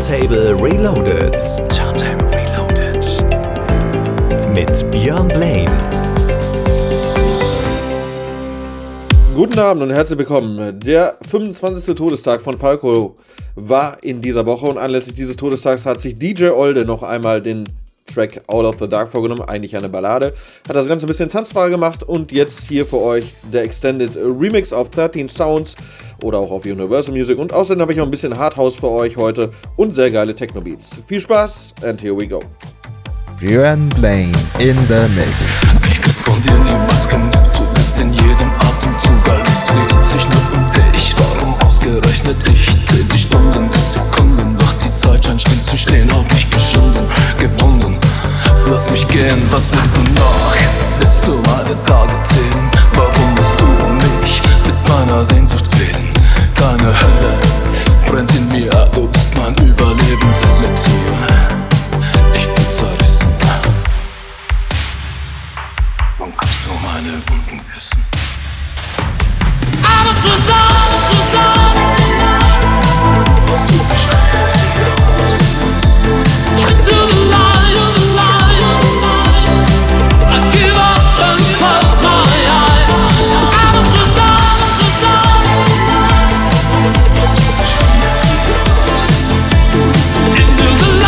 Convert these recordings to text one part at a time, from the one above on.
Turntable Reloaded. Turntable Reloaded. Mit Björn Blaine. Guten Abend und herzlich willkommen. Der 25. Todestag von Falco war in dieser Woche und anlässlich dieses Todestags hat sich DJ Olde noch einmal den Track Out of the Dark vorgenommen, eigentlich eine Ballade, hat das Ganze ein bisschen tanzbar gemacht und jetzt hier für euch der Extended Remix auf 13 Sounds oder auch auf Universal Music und außerdem habe ich noch ein bisschen Hardhouse für euch heute und sehr geile Techno-Beats. Viel Spaß and here we go. Björn Blaine in the Mix. Ich krieg von dir niemals genug, du bist in jedem Atemzug, alles dreht sich nur um dich. Warum ausgerechnet ich? Zähl die Stunden bis Sekunden, doch die Zeit scheint still zu stehen, hab mich geschunden, gewunden. Lass mich gehen, was willst du noch? Willst du meine Tage zählen? Warum musst du um mich mit meiner Sehnsucht wählen? Keine Hölle brennt in mir, du bist mein Überlebenselixier. Ich bin zerrissen. Wann kannst du meine Wunden küssen? Was du verstehst, into the light of the light. I give up and close my eyes. Out of the dark, was du verstehst, into the light.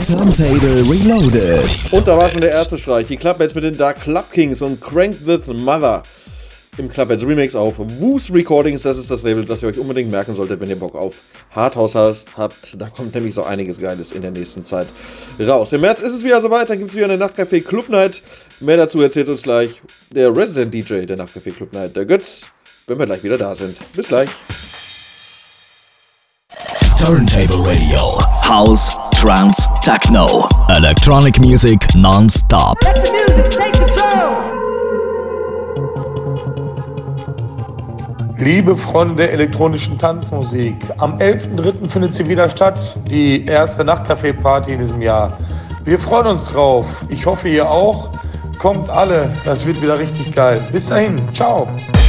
Turntable Reloaded. Und da war schon der erste Streich. Die Clubheads mit den Dark Club Kings und Crank the Mother im Clubheads Remix auf Woos Recordings. Das ist das Label, das ihr euch unbedingt merken solltet, wenn ihr Bock auf Hardhouse habt. Da kommt nämlich so einiges Geiles in der nächsten Zeit raus. Im März ist es wieder soweit, dann gibt es wieder eine Nachtcafé Club Night. Mehr dazu erzählt uns gleich der Resident DJ der Nachtcafé Club Night, der Götz, wenn wir gleich wieder da sind. Bis gleich. Turntable Radio, House, Trance, Techno, Electronic Music non-stop. Let the music take control. Liebe Freunde der elektronischen Tanzmusik, am 11.03. findet sie wieder statt, die erste Nachtcafé-Party in diesem Jahr. Wir freuen uns drauf, ich hoffe ihr auch. Kommt alle, das wird wieder richtig geil. Bis dahin, ciao.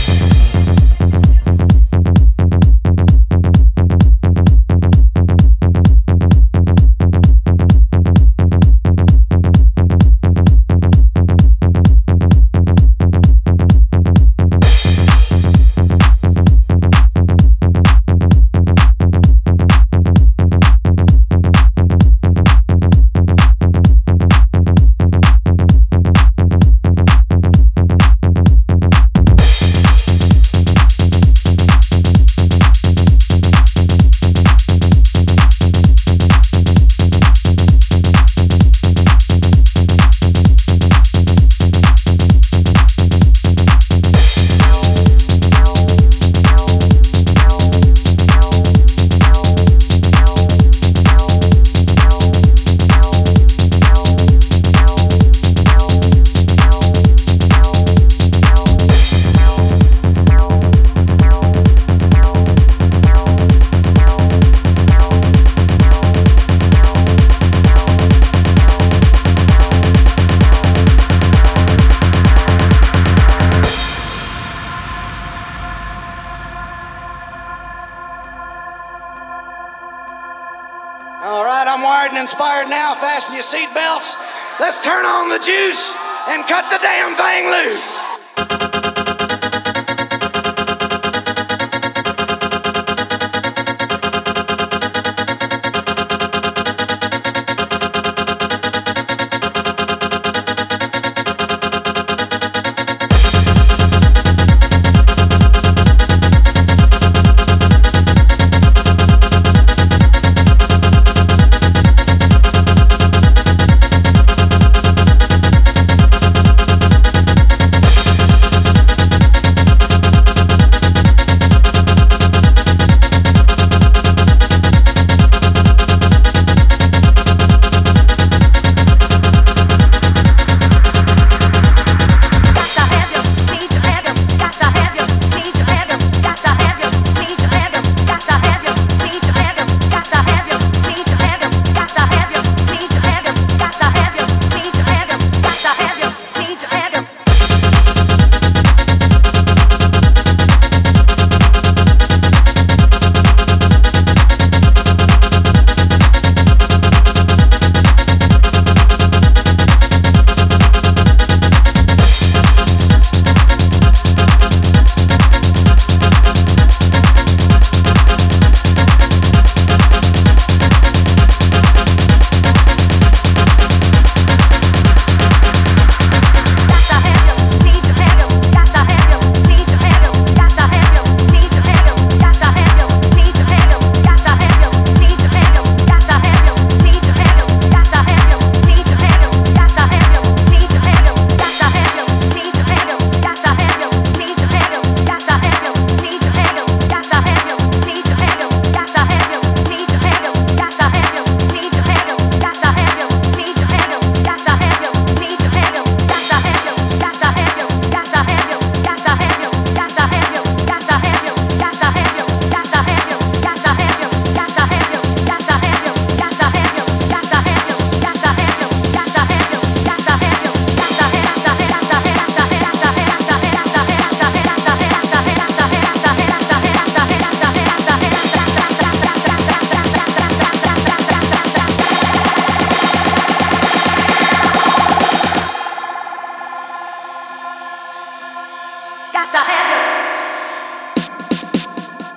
Inspired now, fasten your seatbelts. Let's turn on the juice and cut the damn thing loose.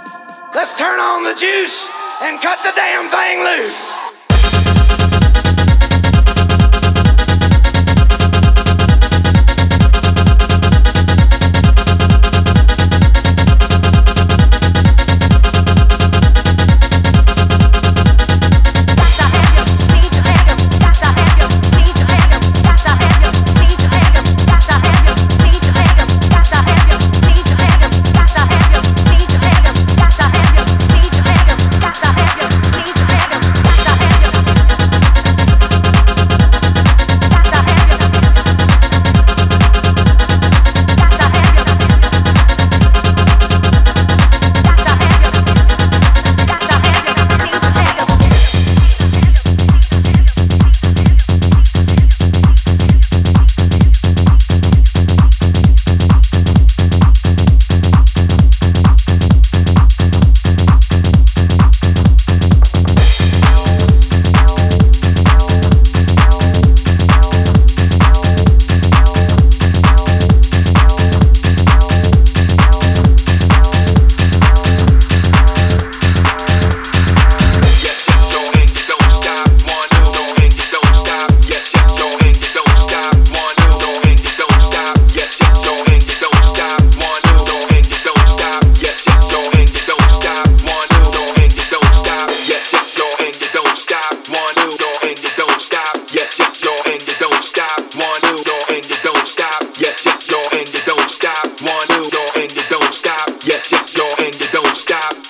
Let's turn on the juice and cut the damn thing loose.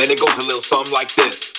And it goes a little something like this.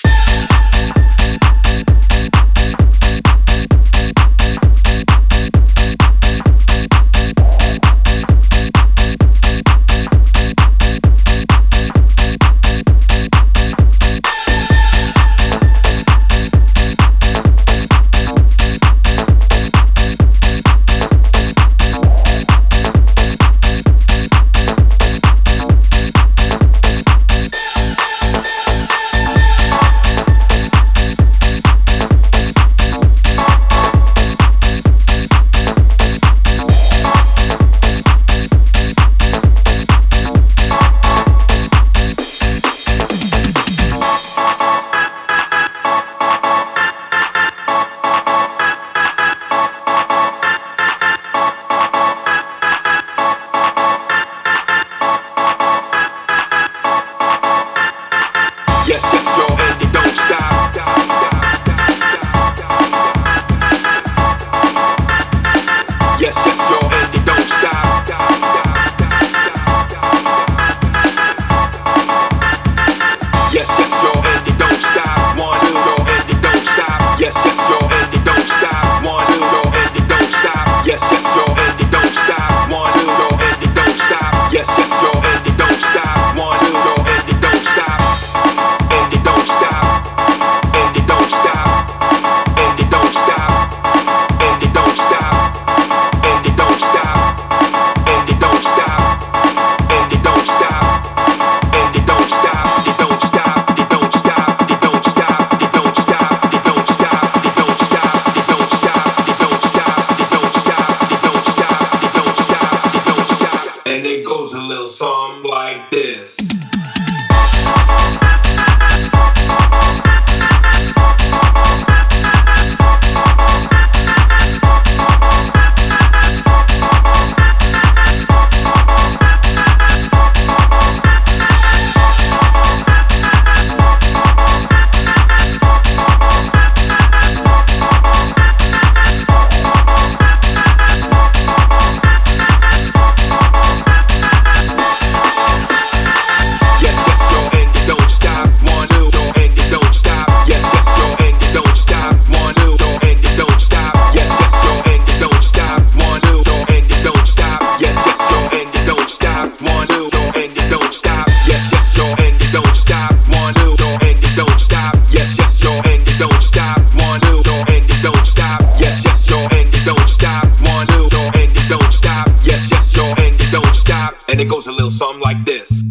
And it goes a little something like this.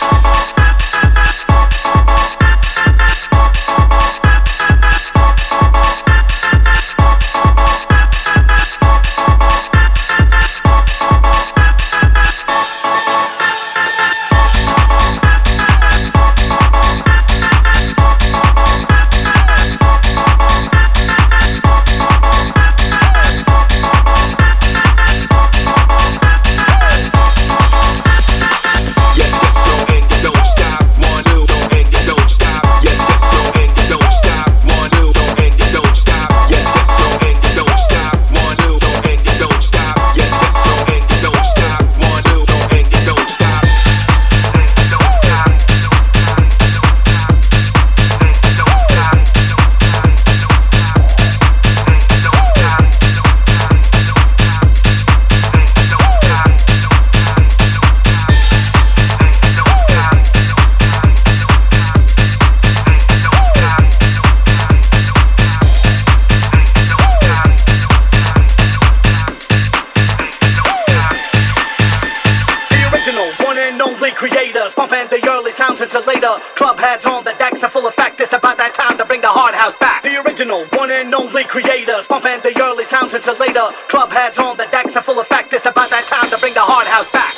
Creators pumping the early sounds into later. Club heads on the decks and full effect. It's about that time to bring the hard house back. The original one and only creators pumping the early sounds into later. Club heads on the decks and full effect. It's about that time to bring the hard house back.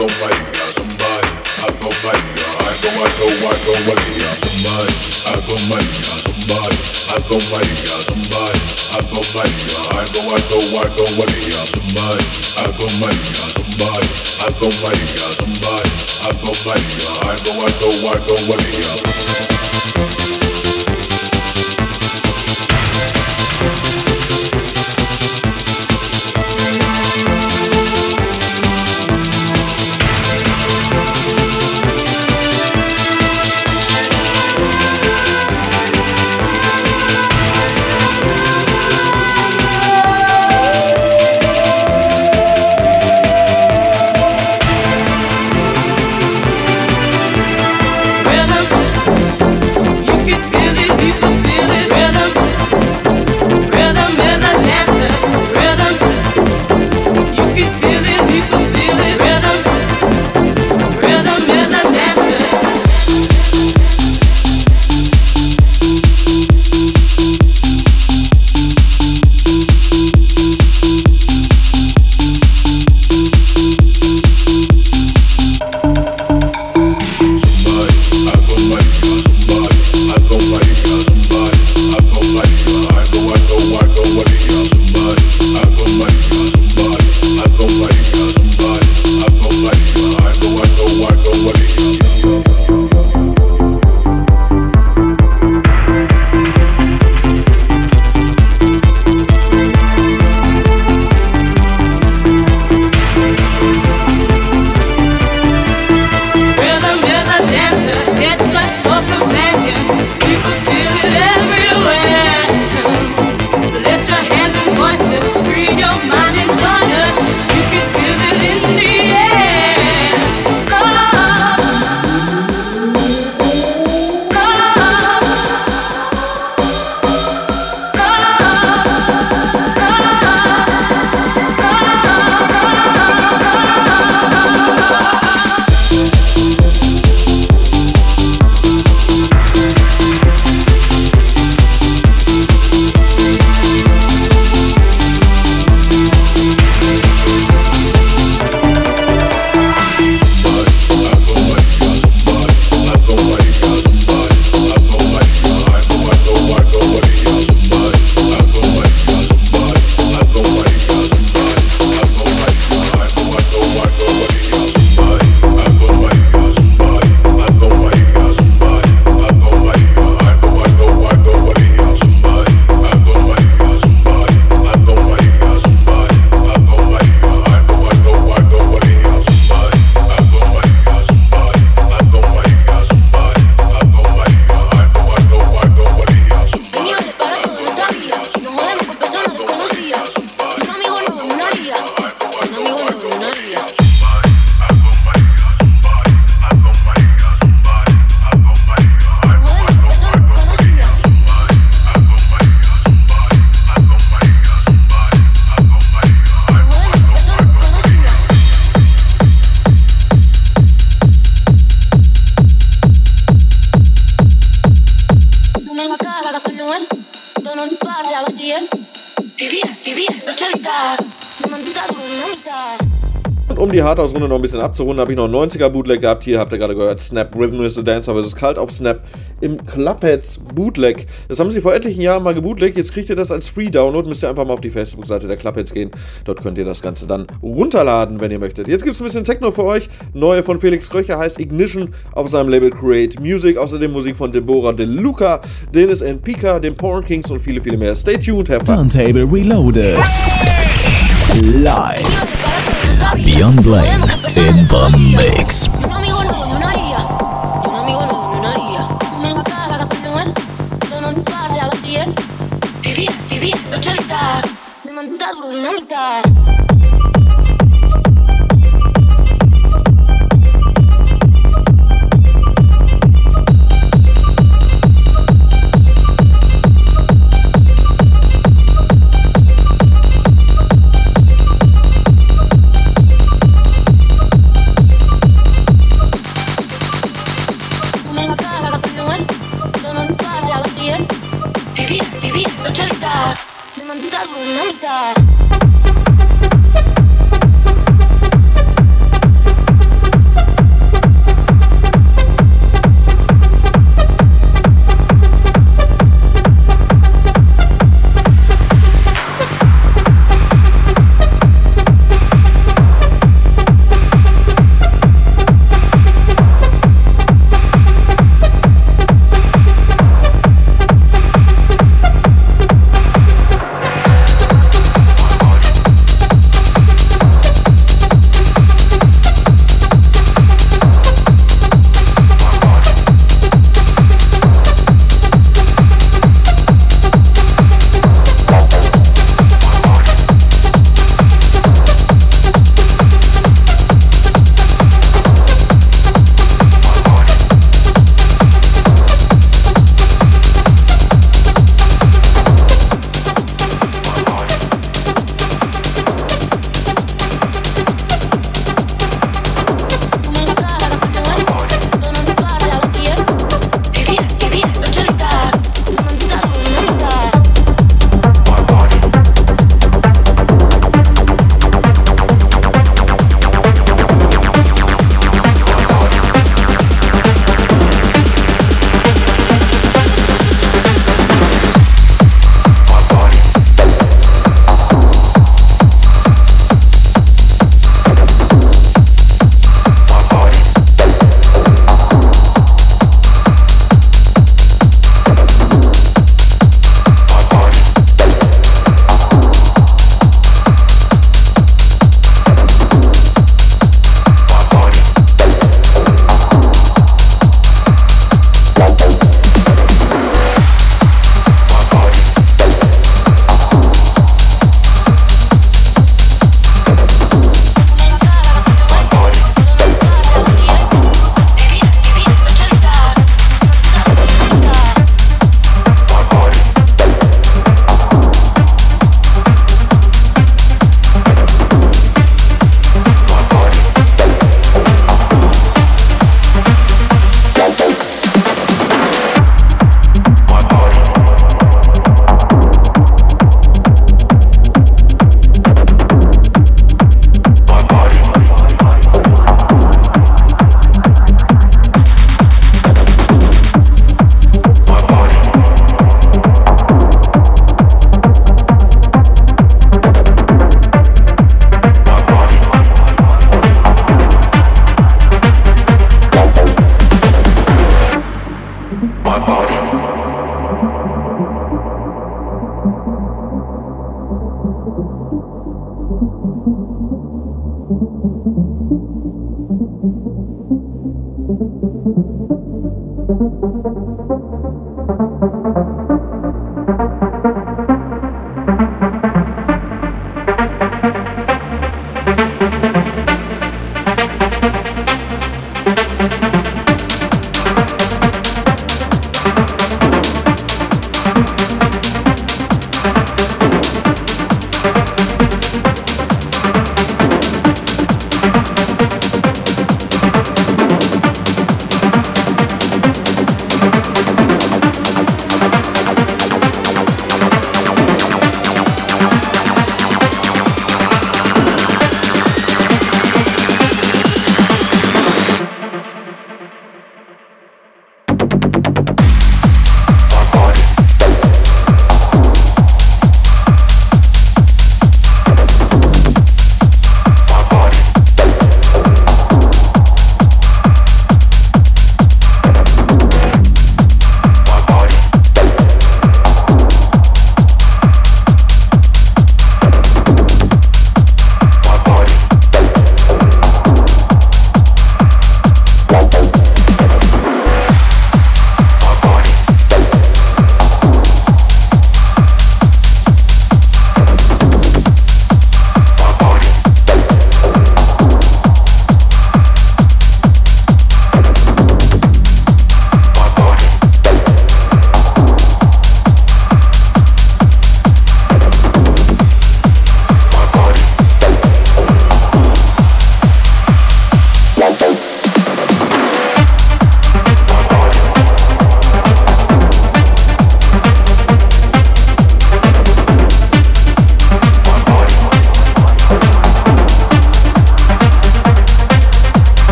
Um die Hardhouse-Runde noch ein bisschen abzurunden, habe ich noch einen 90er-Bootleg gehabt. Hier habt ihr gerade gehört, Snap Rhythm is the Dancer vs. Cult of Snap im Clubheads Bootleg. Das haben sie vor etlichen Jahren mal gebootleg. Jetzt kriegt ihr das als Free-Download. Müsst ihr einfach mal auf die Facebook-Seite der Clubheads gehen. Dort könnt ihr das Ganze dann runterladen, wenn ihr möchtet. Jetzt gibt es ein bisschen Techno für euch. Neue von Felix Kröcher heißt Ignition auf seinem Label Create Music. Außerdem Musik von Deborah De Luca, Dennis N. Pika, den Porn Kings und viele, viele mehr. Stay tuned, have fun. Turntable Reloaded. Live. Beyond Blaine in the mix.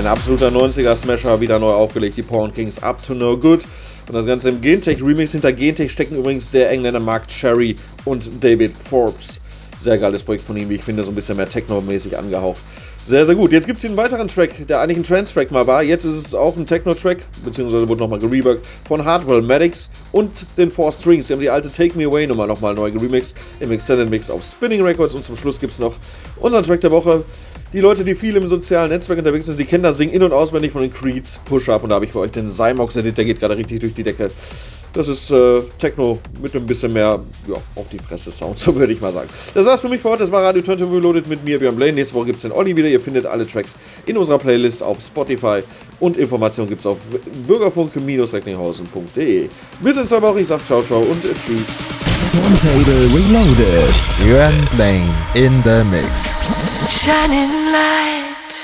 ein absoluter 90er-Smasher, wieder neu aufgelegt, die Pawn Kings, Up to No Good. Und das Ganze im Gentech-Remix. Hinter Gentech stecken übrigens der Engländer Mark Cherry und David Forbes. Sehr geiles Projekt von ihm, wie ich finde, so ein bisschen mehr Techno-mäßig angehaucht. Sehr, sehr gut. Jetzt gibt es hier einen weiteren Track, der eigentlich ein Trance-Track mal war. Jetzt ist es auch ein Techno-Track, beziehungsweise wurde nochmal gereworked von Hardwell Maddox und den Four Strings. Die haben die alte Take Me Away Nummer nochmal neu geremixed im Extended Mix auf Spinning Records. Und zum Schluss gibt es noch unseren Track der Woche. Die Leute, die viel im sozialen Netzwerk unterwegs sind, die kennen das Ding in- und auswendig von den Creeds, Push-Up. Und da habe ich bei euch den Zymox-Edit, der geht gerade richtig durch die Decke. Das ist Techno mit ein bisschen mehr auf die Fresse Sound, so würde ich mal sagen. Das war's für mich für heute. Das war Radio Turntable Reloaded mit mir, Björn Blaine. Nächste Woche gibt es den Olli wieder. Ihr findet alle Tracks in unserer Playlist auf Spotify. Und Informationen gibt es auf bürgerfunk-recklinghausen.de. Bis in 2 Wochen. Ich sag ciao, ciao und tschüss. Turntable Reloaded. Björn Blaine in the mix. Shining light.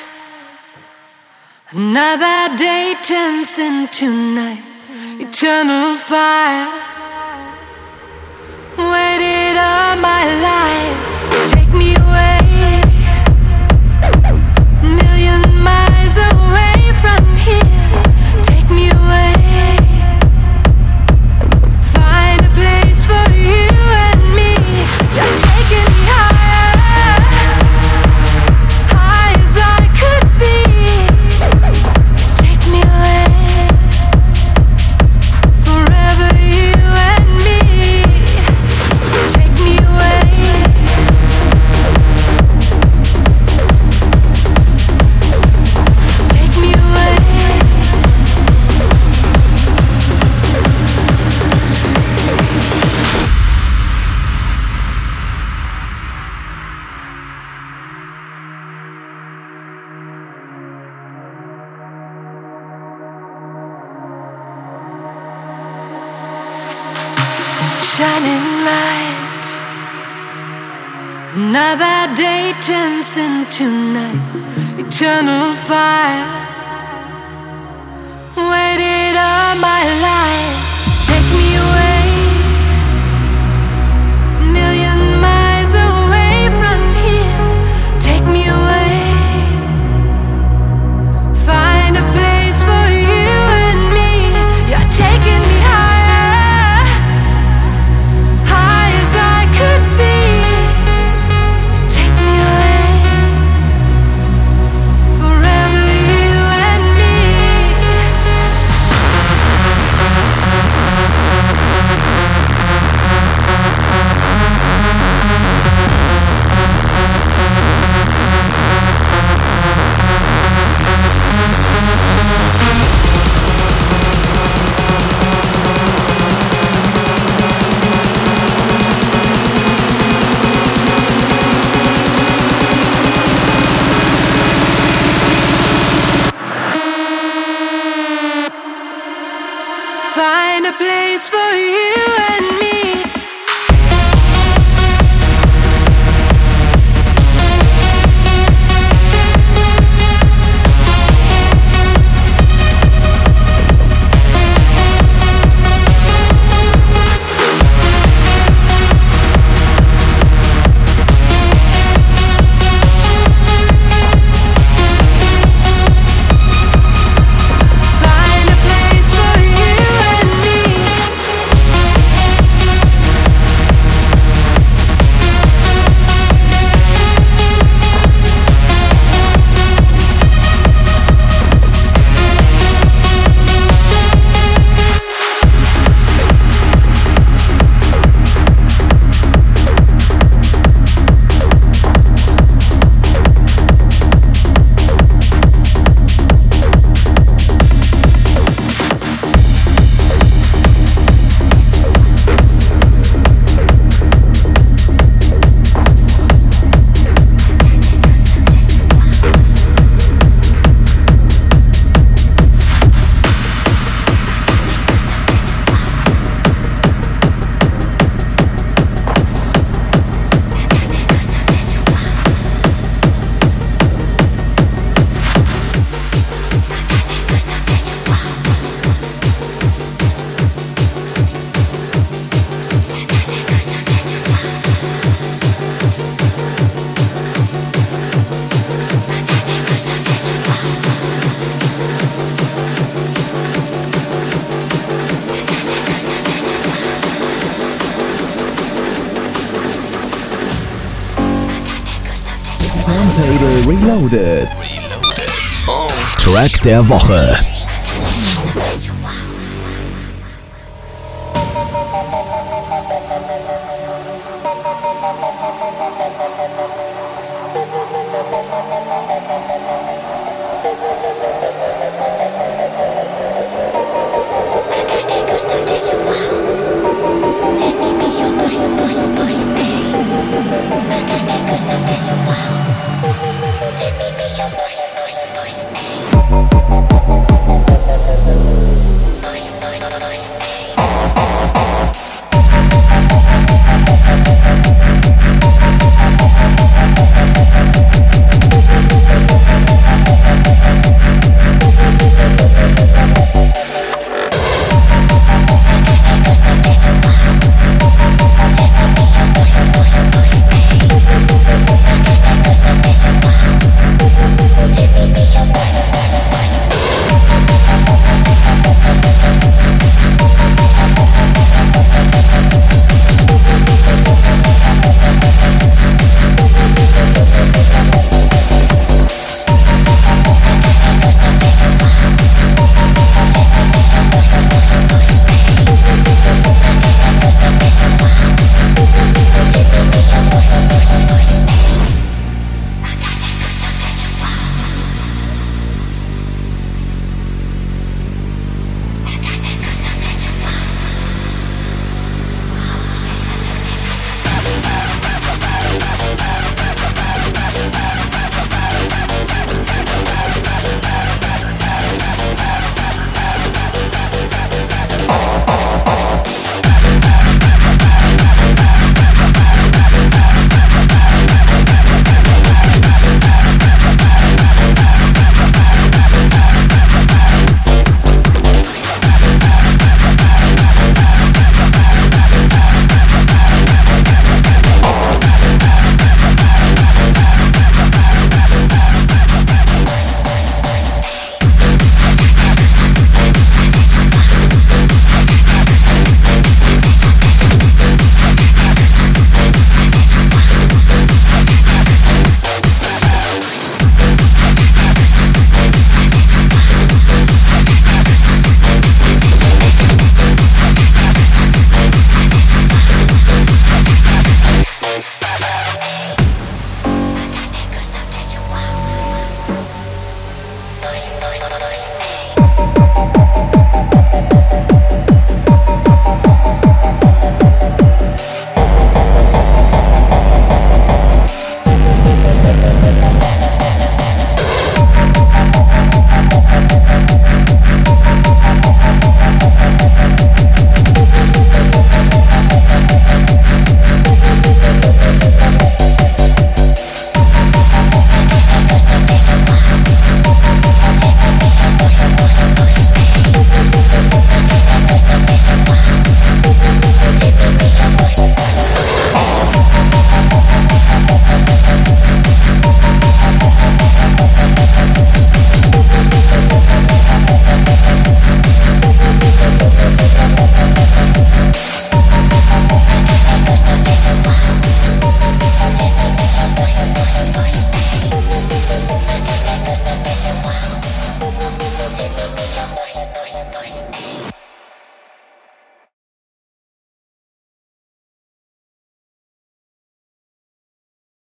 Another day turns into night. Eternal fire. Waited all my life. Take me away. A million miles away from here. Take me away. Find a place for you and me. You're taking me higher. High as I could be. Take me away. Forever you and me. Take me away. Take me away. Shining light. Another day turns into night. Eternal fire. Waited all my life. Take me away. A million miles away from here. Take me away. Find a place for you and me. You're taking me higher. High as I could be. Take me away. Forever you and me. Find a place for you and me. Find a place for you and me. Turntable Reloaded. Track der Woche. Stuff that you want.